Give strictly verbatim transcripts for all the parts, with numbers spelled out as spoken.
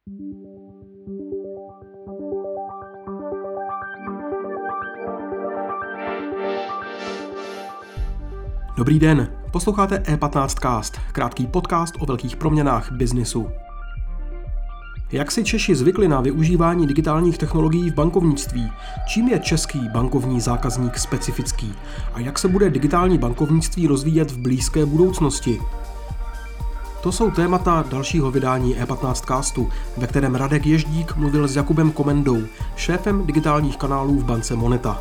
Dobrý den, posloucháte E patnáct Cast, krátký podcast o velkých proměnách biznisu. Jak si Češi zvykli na využívání digitálních technologií v bankovnictví? Čím je český bankovní zákazník specifický? A jak se bude digitální bankovnictví rozvíjet v blízké budoucnosti? To jsou témata dalšího vydání E patnáct Castu, ve kterém Radek Ježdík mluvil s Jakubem Komendou, šéfem digitálních kanálů v bance Moneta.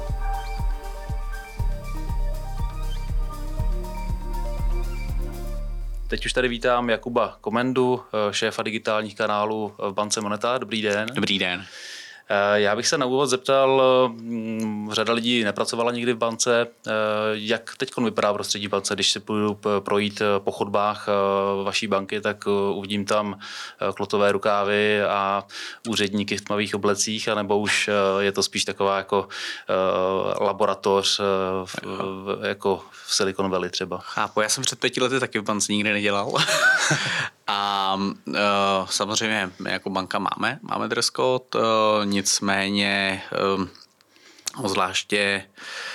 Teď už tady vítám Jakuba Komendu, šéfa digitálních kanálů v bance Moneta. Dobrý den. Dobrý den. Já bych se na úvod zeptal, řada lidí nepracovala nikdy v bance, jak teď vypadá prostředí v bance, když si půjdu projít po chodbách vaší banky, tak uvidím tam klotové rukávy a úředníky v tmavých oblecích, anebo už je to spíš taková jako laboratoř jako v Silicon Valley třeba. Chápu, já jsem před pěti lety taky v bance nikdy nedělal. A uh, samozřejmě my jako banka máme, máme dress code, uh, nicméně uh, zvláště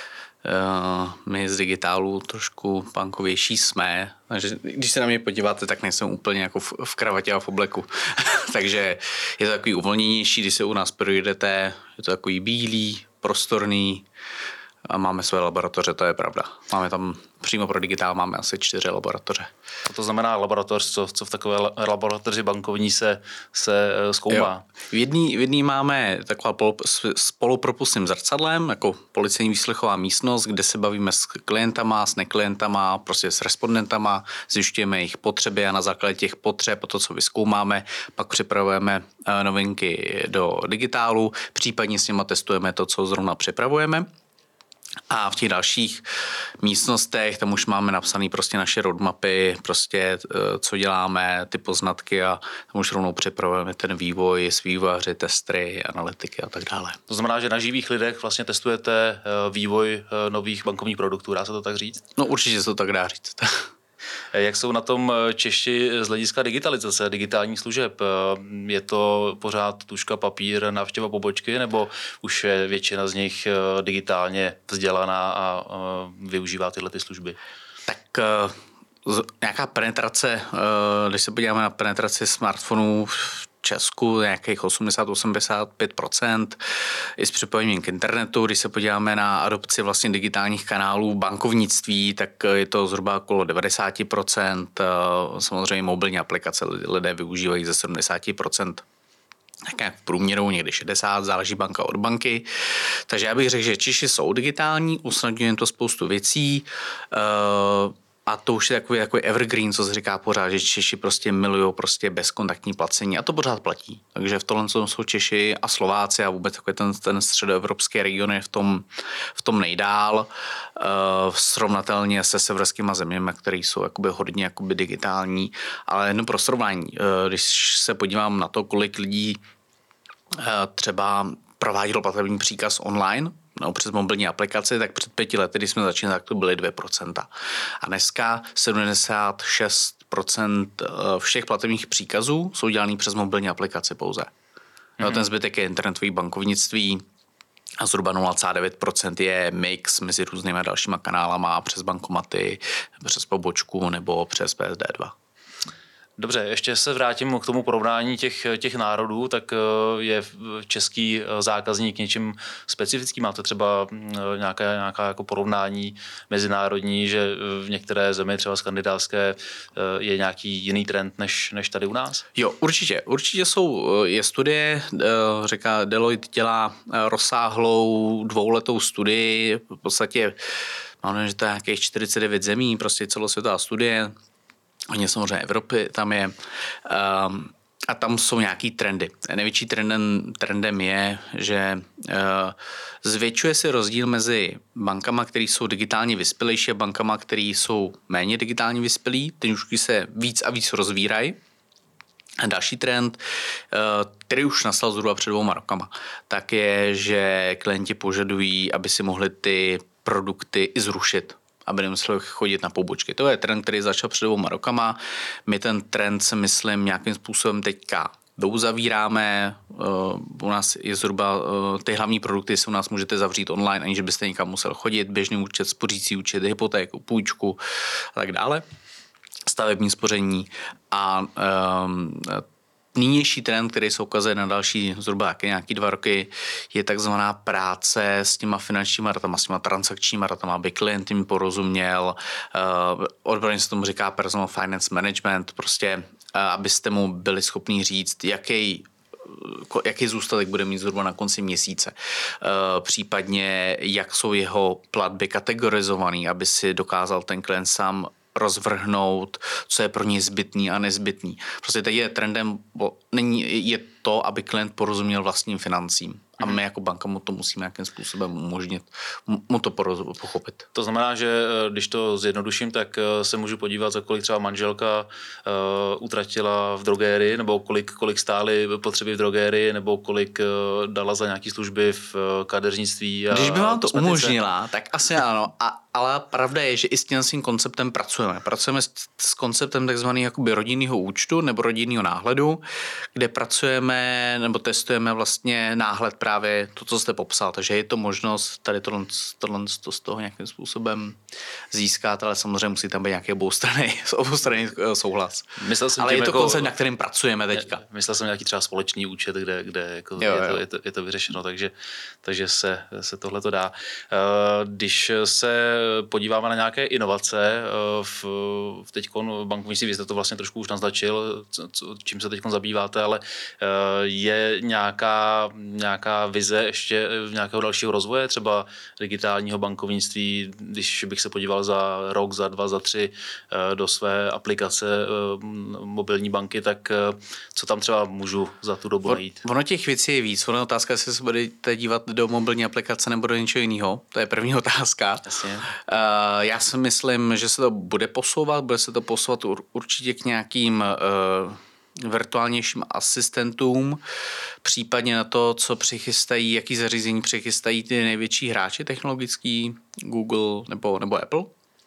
uh, my z digitálu trošku bankovější jsme, takže když se na mě podíváte, tak nejsem úplně jako v, v kravatě a v obleku. Takže je to takový uvolněnější, když se u nás projdete, je to takový bílý, prostorný, a máme své laboratoře, to je pravda. Máme tam přímo pro digitál máme asi čtyři laboratoře. A to znamená laboratoř, co, co v takové laboratoři bankovní se, se zkoumá? Jo. V jedný, v jedný máme taková s polopropustným zrcadlem, jako policejní výslechová místnost, kde se bavíme s klientama, s neklientama, prostě s respondentama, zjišťujeme jejich potřeby a na základě těch potřeb, to, co vyzkoumáme, pak připravujeme novinky do digitálu, případně s nimi testujeme to, co zrovna připravujeme. A v těch dalších místnostech tam už máme napsané prostě naše roadmapy, prostě co děláme, ty poznatky a tam už rovnou připravujeme ten vývoj s vývojáři, testry, analytiky a tak dále. To znamená, že na živých lidech vlastně testujete vývoj nových bankovních produktů, dá se to tak říct? No určitě se to tak dá říct. Jak jsou na tom Češi z hlediska digitalizace, digitálních služeb? Je to pořád tužka, papír, návštěva pobočky, nebo už je většina z nich digitálně vzdělaná a využívá tyhle ty služby? Tak nějaká penetrace, když se podíváme na penetraci smartphonů v Česku, nějakých osmdesát až osmdesát pět procent i s připojením k internetu. Když se podíváme na adopci vlastně digitálních kanálů bankovnictví, tak je to zhruba okolo devadesát procent. Samozřejmě mobilní aplikace lidé využívají ze sedmdesát procent. Tak jak v průměru, někdy šedesát, záleží banka od banky. Takže já bych řekl, že Češi jsou digitální, usnadňuje to spoustu věcí. A to už je takový, takový evergreen, co se říká pořád, že Češi prostě milují prostě bezkontaktní placení a to pořád platí. Takže v tohle jsou Češi a Slováci a vůbec takový ten, ten středoevropský region je v tom, v tom nejdál, uh, srovnatelně se severskými zeměmi, které jsou jakoby hodně jakoby digitální, ale jenom pro srovnání, uh, když se podívám na to, kolik lidí uh, třeba provádělo platební příkaz online, no, přes mobilní aplikaci, tak před pěti lety, když jsme začínali, tak to byly dvě procenta. A dneska sedmdesát šest procent všech platebních příkazů jsou dělaný přes mobilní aplikaci pouze. Mm-hmm. No, ten zbytek je internetový bankovnictví a zhruba nula celá devět procent je mix mezi různými dalšíma kanálama přes bankomaty, přes pobočku nebo přes P S D dva. Dobře, ještě se vrátím k tomu porovnání těch, těch národů, tak je český zákazník něčím specifický? Máte třeba nějaké, nějaká jako porovnání mezinárodní, že v některé zemi, třeba skandinávské, je nějaký jiný trend než, než tady u nás? Jo, určitě. Určitě jsou, je studie, říká Deloitte dělá rozsáhlou dvouletou studii, v podstatě mám, že to je nějakých čtyřicet devět zemí, prostě celosvětová studie, hodně samozřejmě Evropy tam je um, a tam jsou nějaký trendy. Největší trendem, trendem je, že uh, zvětšuje se rozdíl mezi bankama, které jsou digitálně vyspělejší a bankama, které jsou méně digitálně vyspělí. Ty už se víc a víc rozvírají. A další trend, který už nastal zhruba před dvouma rokama, tak je, že klienti požadují, aby si mohli ty produkty i zrušit, aby nemuseli chodit na pobočky. To je trend, který začal před dvouma rokama. My ten trend, si myslím, nějakým způsobem teďka douzavíráme, u nás je zhruba, ty hlavní produkty se u nás můžete zavřít online, aniž byste někam musel chodit, běžný účet, spořící účet, hypotéku, půjčku a tak dále, stavební spoření a um, nynější trend, který se ukazuje na další zhruba nějaký dva roky, je takzvaná práce s těma finančníma datama, s těma transakčníma datama, aby klient jim porozuměl. Uh, odborně se tomu říká personal finance management, prostě uh, abyste mu byli schopni říct, jaký jaký zůstatek bude mít zhruba na konci měsíce. Uh, případně, jak jsou jeho platby kategorizované, aby si dokázal ten klient sám rozvrhnout, co je pro něj zbytný a nezbytný. Prostě teď je trendem, bo není, je to, aby klient porozuměl vlastním financím. A my jako banka mu to musíme nějakým způsobem umožnit, mu to pochopit. To znamená, že když to zjednoduším, tak se můžu podívat, za kolik třeba manželka uh, utratila v drogérii, nebo kolik, kolik stály potřeby v drogérii, nebo kolik uh, dala za nějaké služby v uh, kadeřnictví. A když by vám to kosmetice. umožnila, tak asi ano. A, ale pravda je, že i s tím konceptem pracujeme. Pracujeme s, s konceptem takzvaného jakoby rodinného účtu nebo rodinného náhledu, kde pracujeme nebo testujeme vlastně náhled právě to, co jste popsal. Takže je to možnost tady tohle, tohle to z toho nějakým způsobem získat, ale samozřejmě musí tam být nějaký oboustranný, oboustranný souhlas. Ale je to jako, koncept, na kterým pracujeme teďka. Myslel jsem nějaký třeba společný účet, kde, kde jako jo, je, to, je, to, je to vyřešeno, takže, takže se, se tohle to dá. Když se podíváme na nějaké inovace v, v teďkon bankovnictví, vy jste to vlastně trošku už naznačil, co, čím se teďkon zabýváte, ale je nějaká, nějaká vize ještě nějakého dalšího rozvoje, třeba digitálního bankovnictví, když bych se podíval za rok, za dva, za tři do své aplikace mobilní banky, tak co tam třeba můžu za tu dobu najít? Ono těch věcí je víc. Ono je otázka, jestli se budete dívat do mobilní aplikace nebo do něčeho jiného. To je první otázka. Jasně. Uh, já si myslím, že se to bude posouvat, bude se to posouvat určitě k nějakým uh, virtuálnějším asistentům, případně na to, co přichystají, jaký zařízení přichystají ty největší hráči technologický, Google nebo, nebo Apple.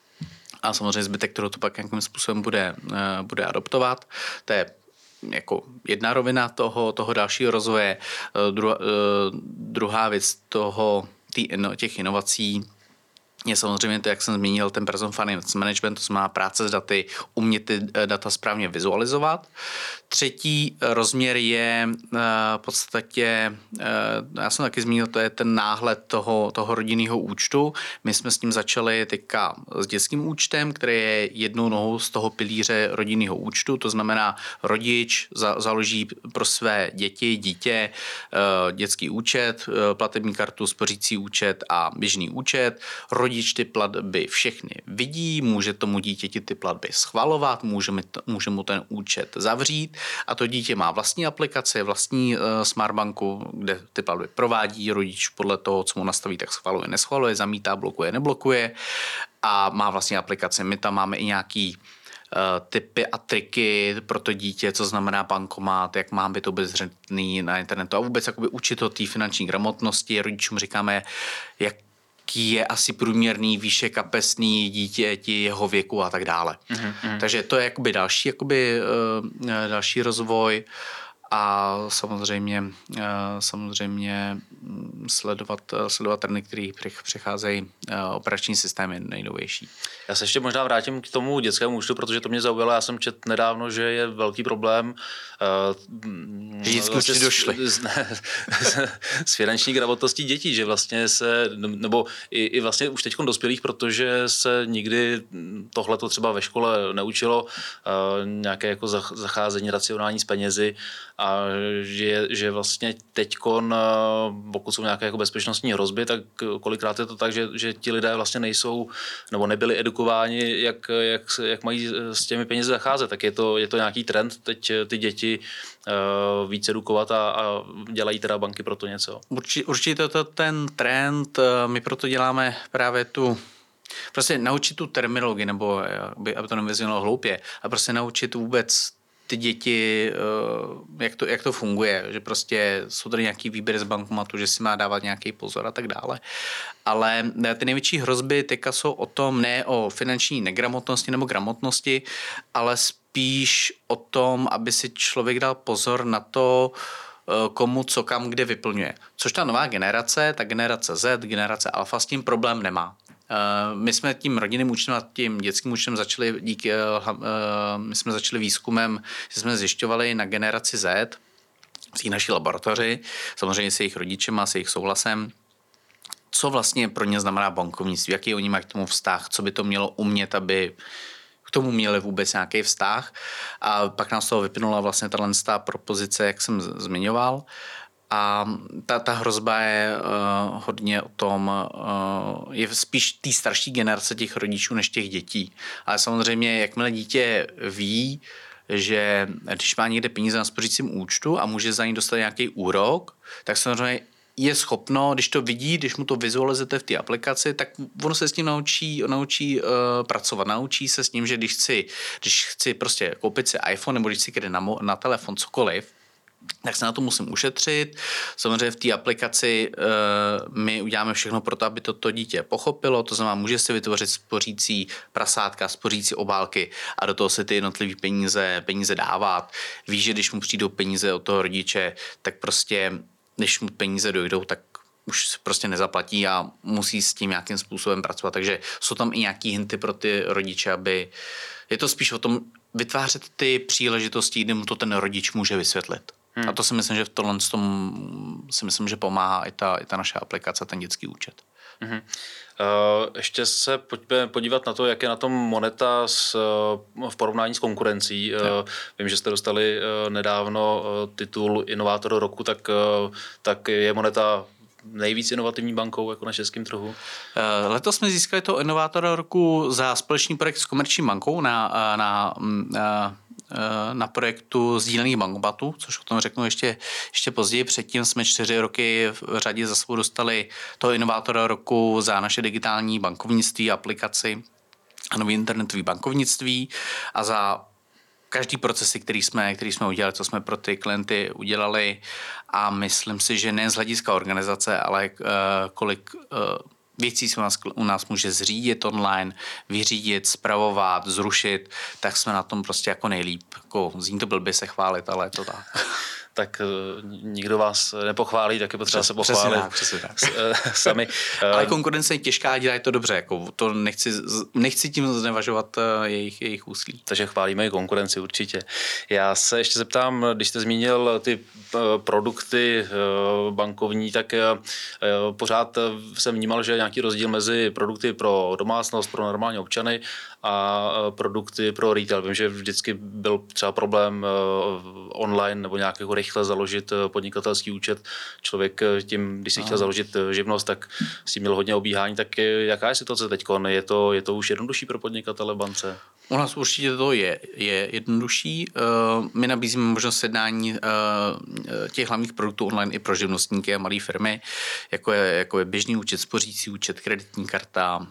A samozřejmě zbytek, kterou to pak nějakým způsobem bude, uh, bude adoptovat. To je jako jedna rovina toho, toho dalšího rozvoje. Uh, dru, uh, druhá věc toho, tý, no, těch inovací je samozřejmě to, jak jsem zmínil, ten personal finance management, to znamená práce s daty, umět ty data správně vizualizovat. Třetí rozměr je v podstatě, já jsem taky zmínil, to je ten náhled toho, toho rodinného účtu. My jsme s tím začali teďka s dětským účtem, který je jednou nohou z toho pilíře rodinného účtu, to znamená rodič za, založí pro své děti, dítě, dětský účet, platební kartu, spořící účet a běžný účet. Rodič ty platby všechny vidí, může tomu dítěti ty platby schvalovat, může, může mu ten účet zavřít a to dítě má vlastní aplikaci, vlastní uh, smartbanku, kde ty platby provádí, rodič podle toho, co mu nastaví, tak schvaluje, neschvaluje, zamítá, blokuje, neblokuje a má vlastní aplikaci. My tam máme i nějaký uh, tipy a triky pro to dítě, co znamená bankomat, jak má být obezřetný na internetu a vůbec jakoby učit o té finanční gramotnosti. Rodičům říkáme, jak je asi průměrný výše kapesný dítěti jeho věku a tak dále. Mm-hmm. Takže to je jakoby další, jakoby, uh, další rozvoj a samozřejmě, uh, samozřejmě sledovat, sledovat trendy, které přicházejí, uh, operační systémy nejnovější. Já se ještě možná vrátím k tomu dětskému účtu, protože to mě zaujalo. Já jsem četl nedávno, že je velký problém že dětské účty došly. S, ne, s finanční gramotností dětí, že vlastně se, nebo i, i vlastně už teď dospělých, protože se nikdy tohleto třeba ve škole neučilo, nějaké jako zacházení racionální s penězi a že, že vlastně teďkon, pokud jsou nějaké jako bezpečnostní hrozby, tak kolikrát je to tak, že, že ti lidé vlastně nejsou, nebo nebyli edukováni, jak, jak, jak mají s těmi penězi zacházet. Tak je to, je to nějaký trend teď ty děti uh, víc edukovat a, a dělají teda banky pro to něco. Určitě, určitě to ten trend, my proto děláme právě tu prostě naučit tu terminologii, nebo aby, aby to nevyznělo hloupě, a prostě naučit vůbec ty děti, jak to, jak to funguje, že prostě jsou tady nějaký výběry z bankomatu, že si má dávat nějaký pozor a tak dále. Ale ty největší hrozby teďka jsou o tom, ne o finanční negramotnosti nebo gramotnosti, ale spíš o tom, aby si člověk dal pozor na to, komu, co, kam, kde vyplňuje. Což ta nová generace, ta generace Z, generace Alfa s tím problém nemá. My jsme tím rodinným účtem a tím dětským účtem začali, díky, my jsme začali výzkumem, že jsme zjišťovali na generaci Z v naší laboratoři, samozřejmě s jejich rodičema, s jejich souhlasem, co vlastně pro ně znamená bankovnictví, jaký oni mají k tomu vztah, co by to mělo umět, aby k tomu měli vůbec nějaký vztah. A pak nás z toho vypnula vlastně tato propozice, jak jsem zmiňoval. A ta, ta hrozba je uh, hodně o tom, uh, je spíš té starší generace těch rodičů než těch dětí. Ale samozřejmě, jakmile dítě ví, že když má někde peníze na spořícím účtu a může za ní dostat nějaký úrok, tak samozřejmě je schopno, když to vidí, když mu to vizualizujete v té aplikaci, tak ono se s tím naučí, naučí uh, pracovat. Naučí se s ním, že když chci, když chci prostě koupit si iPhone nebo když si jde na, mo- na telefon cokoliv, tak se na to musím ušetřit. Samozřejmě v té aplikaci uh, my uděláme všechno pro to, aby to, to dítě pochopilo. To znamená, může si vytvořit spořící prasátka, spořící obálky a do toho se ty jednotlivé peníze, peníze dávat. Ví, že když mu přijdou peníze od toho rodiče, tak prostě když mu peníze dojdou, tak už se prostě nezaplatí a musí s tím nějakým způsobem pracovat. Takže jsou tam i nějaký hinty pro ty rodiče, aby... Je to spíš o tom vytvářet ty příležitosti, kdy mu to ten rodič může vysvětlit. Hmm. A to si myslím, že v tohle tom si myslím, že pomáhá i ta, i ta naše aplikace, ten dětský účet. Hmm. Uh, ještě se pojďme podívat na to, jak je na tom Moneta s, uh, v porovnání s konkurencí. Uh, vím, že jste dostali uh, nedávno uh, titul Inovátor roku, tak, uh, tak je Moneta nejvíc inovativní bankou jako na českém trhu? Uh, letos jsme získali to Inovátora roku za společný projekt s Komerční bankou na, na, na na projektu sdílených bankomatů, což o tom řeknu ještě, ještě později. Předtím jsme čtyři roky v řadě za sebou dostali toho Inovátora roku za naše digitální bankovnictví, aplikaci a nový internetový bankovnictví a za každý procesy, který jsme, který jsme udělali, co jsme pro ty klienty udělali a myslím si, že nejen z hlediska organizace, ale uh, kolik uh, věcí se u nás, u nás může zřídit online, vyřídit, spravovat, zrušit, tak jsme na tom prostě jako nejlíp. Jako, zní to blbě se chválit, ale je to tak. Tak uh, nikdo vás nepochválí, tak je potřeba Přes, se pochválit přesně tak, přesně tak. sami. Ale konkurence je těžká a dělají to dobře. Jako, to nechci, nechci tím znevažovat uh, jejich, jejich úsilí. Takže chválíme i konkurenci určitě. Já se ještě zeptám, když jste zmínil ty uh, produkty uh, bankovní, tak uh, pořád jsem vnímal, že je nějaký rozdíl mezi produkty pro domácnost, pro normální občany a uh, produkty pro retail. Vím, že vždycky byl třeba problém uh, online nebo nějakého rychle založit podnikatelský účet. Člověk tím, když si no. chtěl založit živnost, tak si měl hodně obíhání. Tak jaká je situace teď? Je to, je to už jednodušší pro podnikatele v bance? U nás určitě to je, je jednodušší. My nabízíme možnost sjednání těch hlavních produktů online i pro živnostníky a malé firmy, jako je, jako je běžný účet, spořící účet, kreditní karta,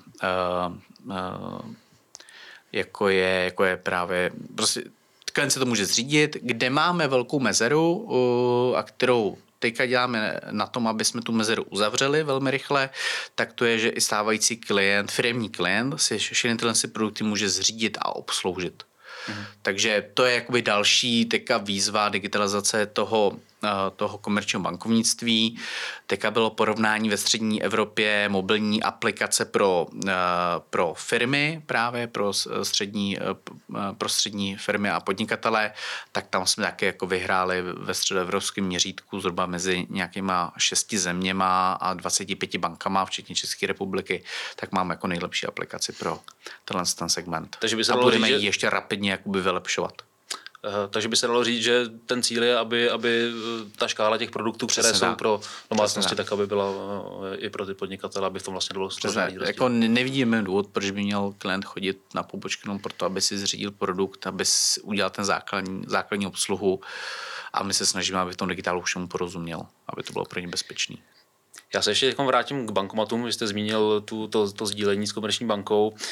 jako je, jako je právě prostě klient se to může zřídit. Kde máme velkou mezeru a kterou teďka děláme na tom, aby jsme tu mezeru uzavřeli velmi rychle, tak to je, že i stávající klient, firemní klient si všechny tyhle produkty může zřídit a obsloužit. Mhm. Takže to je jakoby další teďka výzva digitalizace toho, toho komerčního bankovnictví. Teďka bylo porovnání ve střední Evropě mobilní aplikace pro, pro firmy, právě pro střední, pro střední firmy a podnikatele, tak tam jsme taky jako vyhráli ve středoevropském měřítku zhruba mezi nějakýma šesti zeměma a dvaceti pěti bankama, včetně České republiky, tak máme jako nejlepší aplikaci pro tenhle ten segment. Takže by se a budeme říct, ji že... ještě rapidně jakoby vylepšovat. Takže by se dalo říct, že ten cíl je, aby, aby ta škála těch produktů, které Přesně jsou tak. pro domácnosti, tak aby byla i pro ty podnikatele, aby v tom vlastně bylo složený. Jako nevidíme důvod, proč by měl klient chodit na pobočku jenom proto, aby si zřídil produkt, aby si udělal ten základní, základní obsluhu a my se snažíme, aby v tom digitálu všemu porozuměl, aby to bylo pro ně bezpečný. Já se ještě jako vrátím k bankomatům, vy jste zmínil tu, to, to sdílení s Komerční bankou. Uh,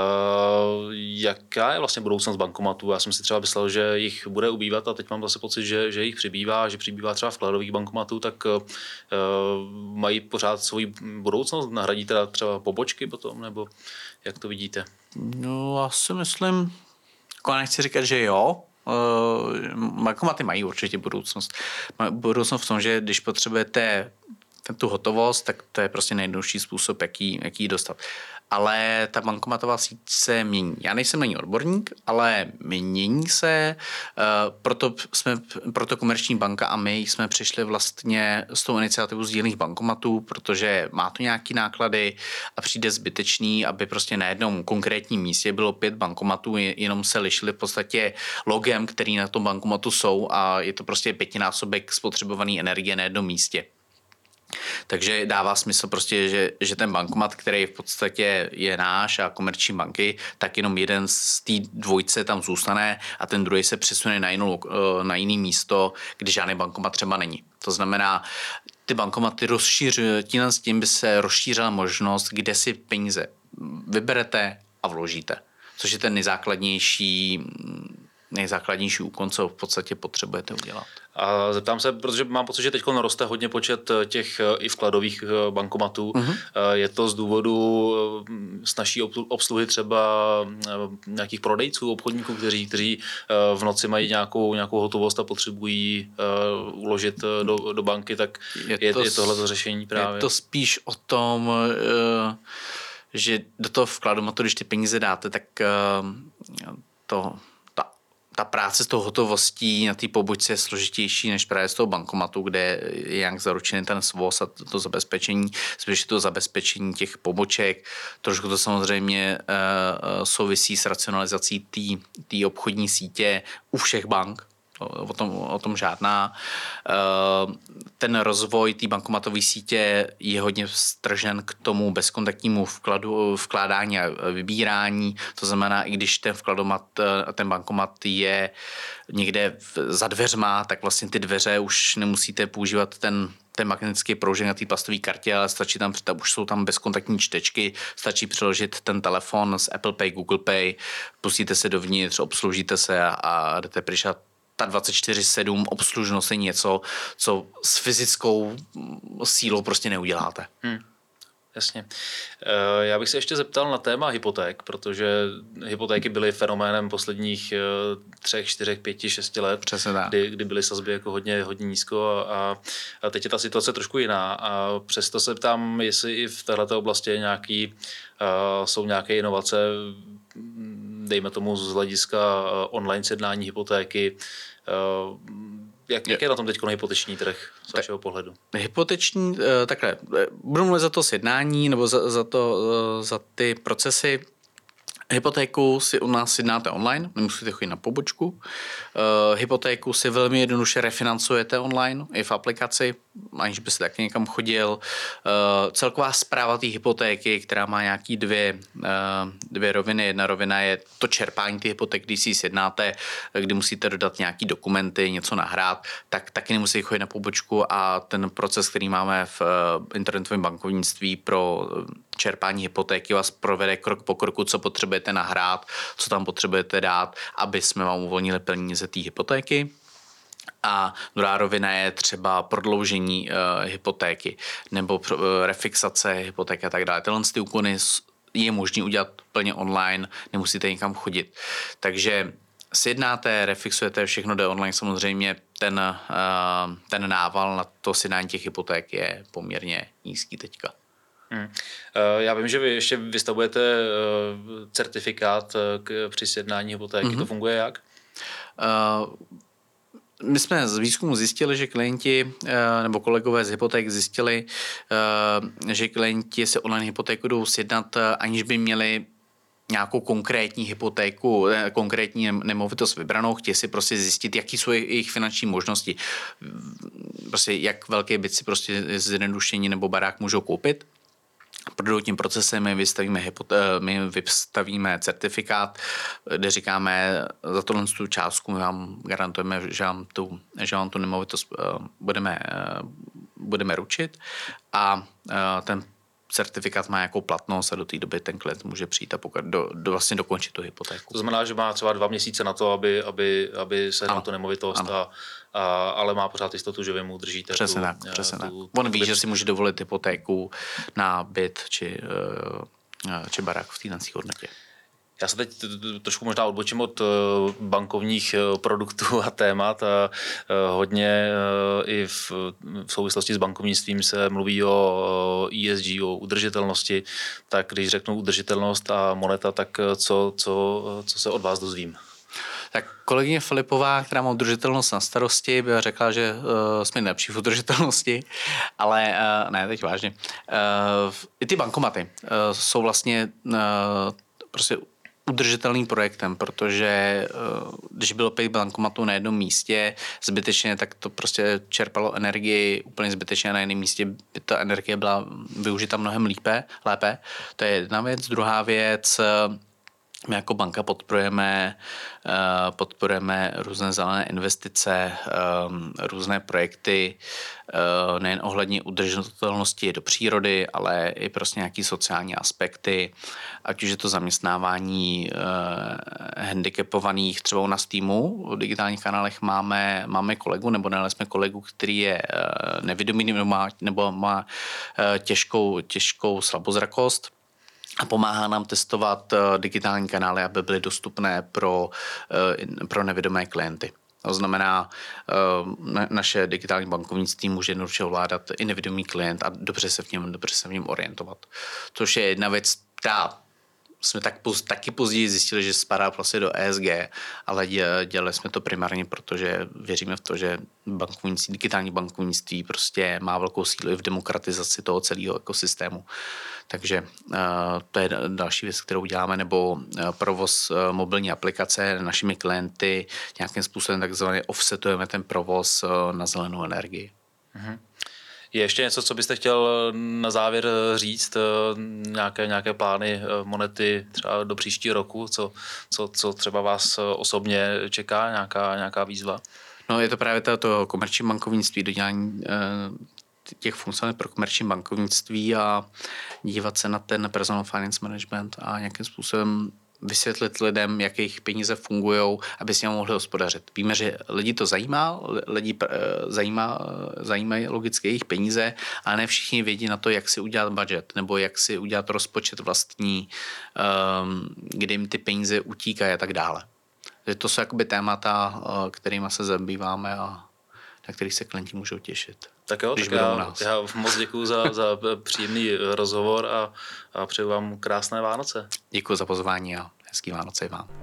jaká je vlastně budoucnost bankomatů? Já jsem si třeba myslel, že jich bude ubývat a teď mám zase pocit, že, že jich přibývá, že přibývá třeba vkladových bankomatů, tak uh, mají pořád svoji budoucnost? Nahradí teda třeba pobočky potom, nebo jak to vidíte? No, já si myslím, Jako nechci říkat, že jo. Bankomaty mají určitě budoucnost. Budoucnost v tom, že když potřebujete tu hotovost, tak to je prostě nejjednodušší způsob, jaký, jaký dostat. Ale ta bankomatová síť se mění. Já nejsem na ní odborník, ale mění se, proto, jsme, proto Komerční banka a my jsme přišli vlastně s tou iniciativou sdílených bankomatů, protože má to nějaký náklady a přijde zbytečný, aby prostě na jednom konkrétním místě bylo pět bankomatů, jenom se lišili v podstatě logem, který na tom bankomatu jsou a je to prostě pětinásobek spotřebované energie na jednom místě. Takže dává smysl prostě, že, že ten bankomat, který v podstatě je náš a Komerční banky, tak jenom jeden z té dvojce tam zůstane a ten druhý se přesune na, jinou, na jiný místo, kde žádný bankomat třeba není. To znamená, ty bankomaty rozšířují, tím s tím by se rozšířila možnost, kde si peníze vyberete a vložíte. Což je ten nejzákladnější, nejzákladnější úkon, co v podstatě potřebujete udělat. A zeptám se, protože mám pocit, že teď roste hodně počet těch i vkladových bankomatů. Uh-huh. Je to z důvodu snazší obsluhy třeba nějakých prodejců, obchodníků, kteří, kteří v noci mají nějakou, nějakou hotovost a potřebují uložit do, do banky, tak je, je, to, je tohle to řešení právě. Je to spíš o tom, že do toho vkladomatu, když ty peníze dáte, tak to... Ta práce s tou hotovostí na té pobočce je složitější než právě z toho bankomatu, kde je jak zaručený ten svoz a to, to zabezpečení, spíš to zabezpečení těch poboček. Trošku to samozřejmě uh, souvisí s racionalizací té obchodní sítě u všech bank. O tom, o tom žádná. Ten rozvoj té bankomatové sítě je hodně vstržen k tomu bezkontaktnímu vkladu, vkládání a vybírání. To znamená, i když ten vkladomat, ten bankomat je někde za dveřma, tak vlastně ty dveře už nemusíte používat ten ten magnetický proužek na té plastové kartě, ale stačí tam, už jsou tam bezkontaktní čtečky, stačí přeložit ten telefon z Apple Pay, Google Pay, pustíte se dovnitř, obsloužíte se a, a jdete pryč. Ta dvacet čtyři sedm obslužnost je něco, co s fyzickou sílou prostě neuděláte. Hmm. Jasně. Já bych se ještě zeptal na téma hypoték, protože hypotéky byly fenoménem posledních třech, čtyřech, pěti, šesti let, kdy, kdy byly sazby jako hodně, hodně nízko a, a teď je ta situace trošku jiná. A přesto se ptám, jestli i v této oblasti je nějaký, jsou nějaké inovace, dejme tomu z hlediska online sjednání hypotéky. Jak, jak je na tom teď hypoteční trh z vašeho pohledu? Hypoteční, takhle, budu mluvit za to sjednání nebo za, za, to, za ty procesy. Hypotéku si u nás sjednáte online, nemusíte chodit na pobočku. Uh, hypotéku si velmi jednoduše refinancujete online i v aplikaci, aniž byste taky někam chodil. Uh, celková správa té hypotéky, která má nějaký dvě, uh, dvě roviny. Jedna rovina je to čerpání té hypotéky, když si ji sjednáte, kdy musíte dodat nějaký dokumenty, něco nahrát, tak taky nemusíte chodit na pobočku a ten proces, který máme v uh, internetovém bankovnictví pro čerpání hypotéky vás provede krok po kroku, co potřebujete nahrát, co tam potřebujete dát, aby jsme vám uvolnili peníze té hypotéky. A druhá rovina je třeba prodloužení uh, hypotéky nebo uh, refixace hypotéky a tak dále. Tyhle ty úkony je možné udělat plně online, nemusíte nikam chodit. Takže sjednáte, refixujete, všechno jde online, samozřejmě ten, uh, ten nával na to sjednání těch hypoték je poměrně nízký teďka. Hmm. Já vím, že vy ještě vystavujete certifikát k, při sjednání hypotéky. Mm-hmm. To funguje jak? Uh, my jsme z výzkumu zjistili, že klienti nebo kolegové z hypoték zjistili, že klienti se online hypotéku jdou sjednat, aniž by měli nějakou konkrétní hypotéku, konkrétní nemovitost vybranou, chtějí si prostě zjistit, jaký jsou jejich finanční možnosti. Prostě jak velké byt si prostě zjednodušení nebo barák můžou koupit. Projdou tím procesem my vystavíme, hypoté- my vystavíme certifikát, kde říkáme, za tohle tu částku my vám garantujeme, že vám tu, že vám tu nemovitost budeme, budeme ručit a ten certifikát má nějakou platnost a do té doby ten klient může přijít a pokud do, do vlastně dokončit tu hypotéku. To znamená, že má třeba dva měsíce na to, aby, aby, aby se na tu nemovitost, a, a, ale má pořád jistotu, že vy mu držíte. Přesně tu, tak, přesně tak. Tu, On tu ví, byt. že si může dovolit hypotéku na byt či, či barák v té nací hodnotě. Já se teď trošku možná odbočím od bankovních produktů a témat a hodně i v souvislosti s bankovnictvím se mluví o E S G, o udržitelnosti. Tak když řeknu udržitelnost a moneta, tak co, co, co se od vás dozvím? Tak kolegyně Filipová, která má udržitelnost na starosti, by řekla, že uh, jsme nejlepší v udržitelnosti, ale uh, ne, teď vážně. Uh, I ty bankomaty uh, jsou vlastně uh, prostě udržitelným projektem, protože uh, když bylo pět bankomatů na jednom místě zbytečně, tak to prostě čerpalo energii úplně zbytečně, na jiném místě by ta energie byla využita mnohem lípe, lépe. To je jedna věc. Druhá věc, my jako banka podporujeme, podporujeme různé zelené investice, různé projekty, nejen ohledně udržitelnosti do přírody, ale i prostě nějaké sociální aspekty, ať už je to zaměstnávání handicapovaných. Třeba u nás týmu v digitálních kanálech máme, máme kolegu, nebo ne, jsme kolegu, který je nevidomý nebo má, nebo má těžkou, těžkou slabozrakost. A pomáhá nám testovat digitální kanály, aby byly dostupné pro, pro nevidomé klienty. To znamená, naše digitální bankovnictví může jednoduše ovládat i nevidomý klient a dobře se v něm, dobře se v něm orientovat. Což je jedna věc, která jsme tak, taky později zjistili, že spadá vlastně do E S G, ale dělali jsme to primárně, protože věříme v to, že bankovnictví, digitální bankovnictví prostě má velkou sílu i v demokratizaci toho celého ekosystému. Takže uh, to je další věc, kterou děláme, nebo uh, provoz uh, mobilní aplikace našimi klienty, nějakým způsobem takzvaně offsetujeme ten provoz uh, na zelenou energii. Mm-hmm. Je ještě něco, co byste chtěl na závěr říct, nějaké, nějaké plány monety třeba do příštího roku, co, co, co třeba vás osobně čeká, nějaká, nějaká výzva? No, je to právě to, to komerční bankovnictví, dodělání těch funkcí pro komerční bankovnictví a dívat se na ten personal finance management a nějakým způsobem vysvětlit lidem, jak jejich peníze fungují, aby s nimi mohli hospodařit. Víme, že lidi to zajímá, lidi zajímá, zajímají logicky jejich peníze, ale ne všichni vědí na to, jak si udělat budget nebo jak si udělat rozpočet vlastní, kdy jim ty peníze utíkají a tak dále. To jsou jakoby témata, kterými se zabýváme a na kterých se klienti můžou těšit. Tak jo, tak já, já moc děkuju za, za příjemný rozhovor a, a přeju vám krásné Vánoce. Děkuji za pozvání a hezký Vánoce i vám.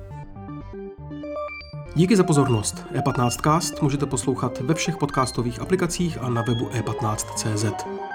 Díky za pozornost. E patnáct cast můžete poslouchat ve všech podcastových aplikacích a na webu e patnáct tečka cé zet.